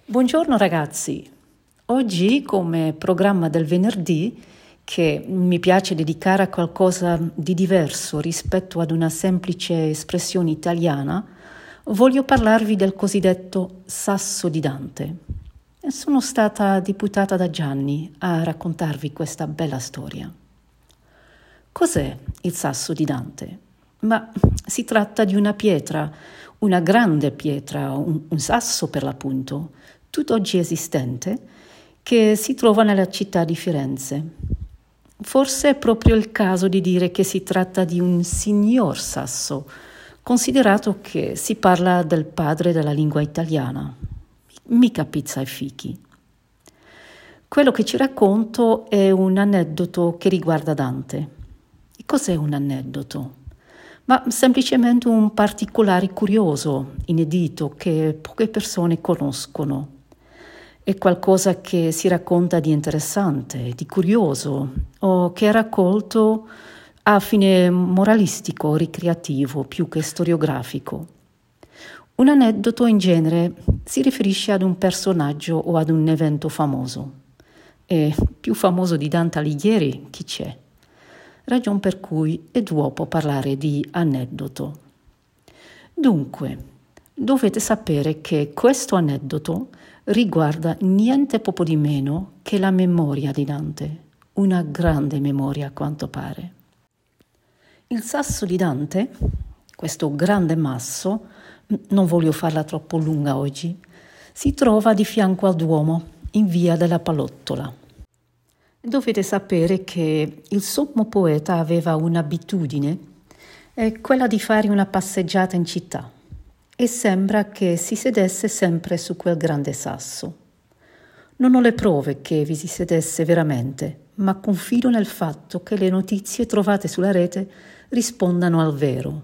Buongiorno ragazzi, oggi come programma del venerdì che mi piace dedicare a qualcosa di diverso rispetto ad una semplice espressione italiana, voglio parlarvi del cosiddetto Sasso di Dante. E sono stata deputata da Gianni a raccontarvi questa bella storia. Cos'è il Sasso di Dante? Ma si tratta di una pietra, una grande pietra, un sasso per l'appunto, tutt'oggi esistente, che si trova nella città di Firenze. Forse è proprio il caso di dire che si tratta di un signor Sasso, considerato che si parla del padre della lingua italiana, mica pizza e fichi. Quello che ci racconto è un aneddoto che riguarda Dante. E cos'è un aneddoto? Ma semplicemente un particolare curioso, inedito, che poche persone conoscono. È qualcosa che si racconta di interessante, di curioso, o che è raccolto a fine moralistico o ricreativo più che storiografico. Un aneddoto in genere si riferisce ad un personaggio o ad un evento famoso. E più famoso di Dante Alighieri chi c'è? Ragion per cui è d'uopo parlare di aneddoto. Dunque, dovete sapere che questo aneddoto riguarda niente poco di meno che la memoria di Dante, una grande memoria a quanto pare. Il Sasso di Dante, questo grande masso, non voglio farla troppo lunga oggi, si trova di fianco al Duomo, in via della Pallottola. Dovete sapere che il sommo poeta aveva un'abitudine, quella di fare una passeggiata in città. E sembra che si sedesse sempre su quel grande sasso. Non ho le prove che vi si sedesse veramente, ma confido nel fatto che le notizie trovate sulla rete rispondano al vero.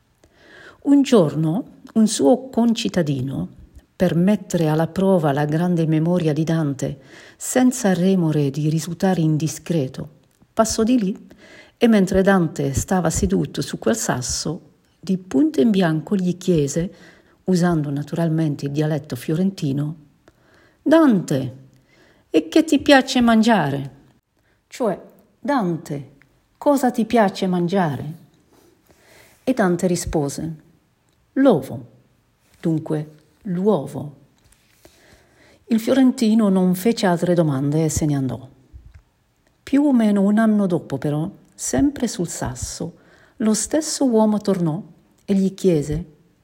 Un giorno un suo concittadino, per mettere alla prova la grande memoria di Dante, senza remore di risultare indiscreto, passò di lì e mentre Dante stava seduto su quel sasso, di punto in bianco gli chiese, usando naturalmente il dialetto fiorentino: «Dante, e che ti piace mangiare?» Cioè, Dante, cosa ti piace mangiare? E Dante rispose: «L'uovo». Dunque, l'uovo. Il fiorentino non fece altre domande e se ne andò. Più o meno un anno dopo, però, sempre sul sasso, lo stesso uomo tornò e gli chiese: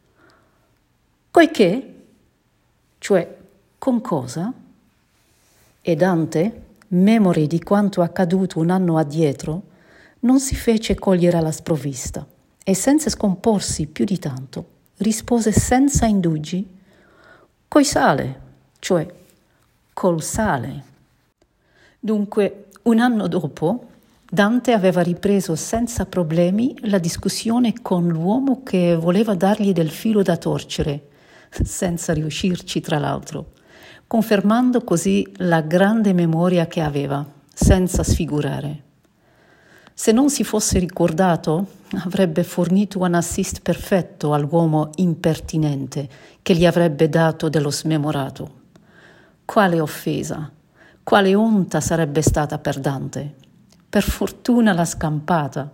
«Coicché?» Cioè, con cosa? E Dante, memore di quanto accaduto un anno addietro, non si fece cogliere alla sprovvista e senza scomporsi più di tanto, rispose senza indugi: «Coi sale», cioè col sale. Dunque, un anno dopo, Dante aveva ripreso senza problemi la discussione con l'uomo che voleva dargli del filo da torcere, senza riuscirci tra l'altro, confermando così la grande memoria che aveva, senza sfigurare. Se non si fosse ricordato, avrebbe fornito un assist perfetto all'uomo impertinente che gli avrebbe dato dello smemorato. Quale offesa, quale onta sarebbe stata per Dante. Per fortuna l'ha scampata.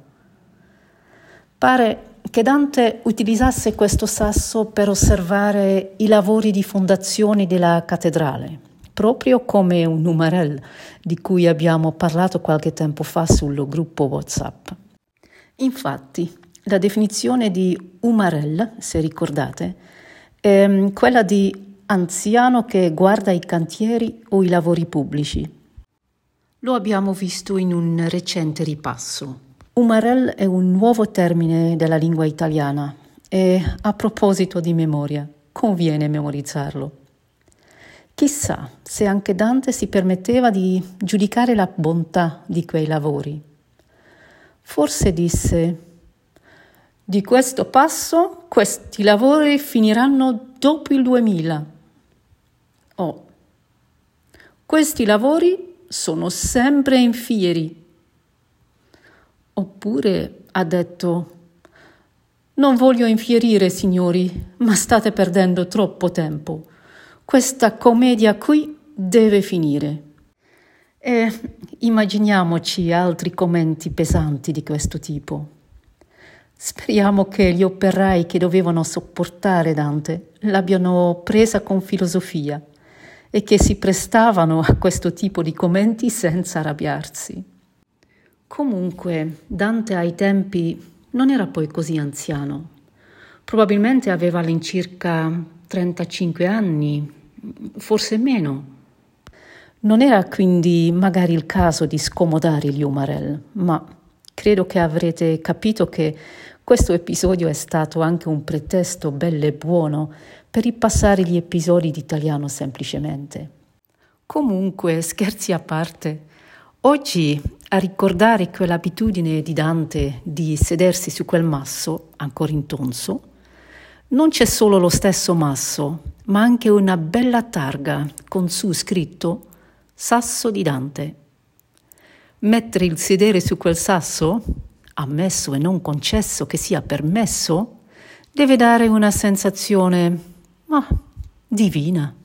Pare che Dante utilizzasse questo sasso per osservare i lavori di fondazione della cattedrale, proprio come un umarell di cui abbiamo parlato qualche tempo fa sul gruppo WhatsApp. Infatti, la definizione di umarell, se ricordate, è quella di anziano che guarda i cantieri o i lavori pubblici. Lo abbiamo visto in un recente ripasso. Umarell è un nuovo termine della lingua italiana e, a proposito di memoria, conviene memorizzarlo. Chissà se anche Dante si permetteva di giudicare la bontà di quei lavori. Forse disse: «Di questo passo questi lavori finiranno dopo il 2000. Oh, questi lavori sono sempre in fieri». Oppure ha detto: «Non voglio infierire, signori, ma state perdendo troppo tempo. Questa commedia qui deve finire. E immaginiamoci altri commenti pesanti di questo tipo. Speriamo che gli operai che dovevano sopportare Dante l'abbiano presa con filosofia e che si prestavano a questo tipo di commenti senza arrabbiarsi. Comunque, Dante ai tempi non era poi così anziano. Probabilmente aveva all'incirca 35 anni, forse meno. Non era quindi magari il caso di scomodare gli Umarell, ma credo che avrete capito che questo episodio è stato anche un pretesto bello e buono per ripassare gli episodi di Italiano semplicemente. Comunque, scherzi a parte, oggi a ricordare quell'abitudine di Dante di sedersi su quel masso, ancora intonso, non c'è solo lo stesso masso, ma anche una bella targa con su scritto Sasso di Dante. Mettere il sedere su quel sasso, ammesso e non concesso che sia permesso, deve dare una sensazione, divina.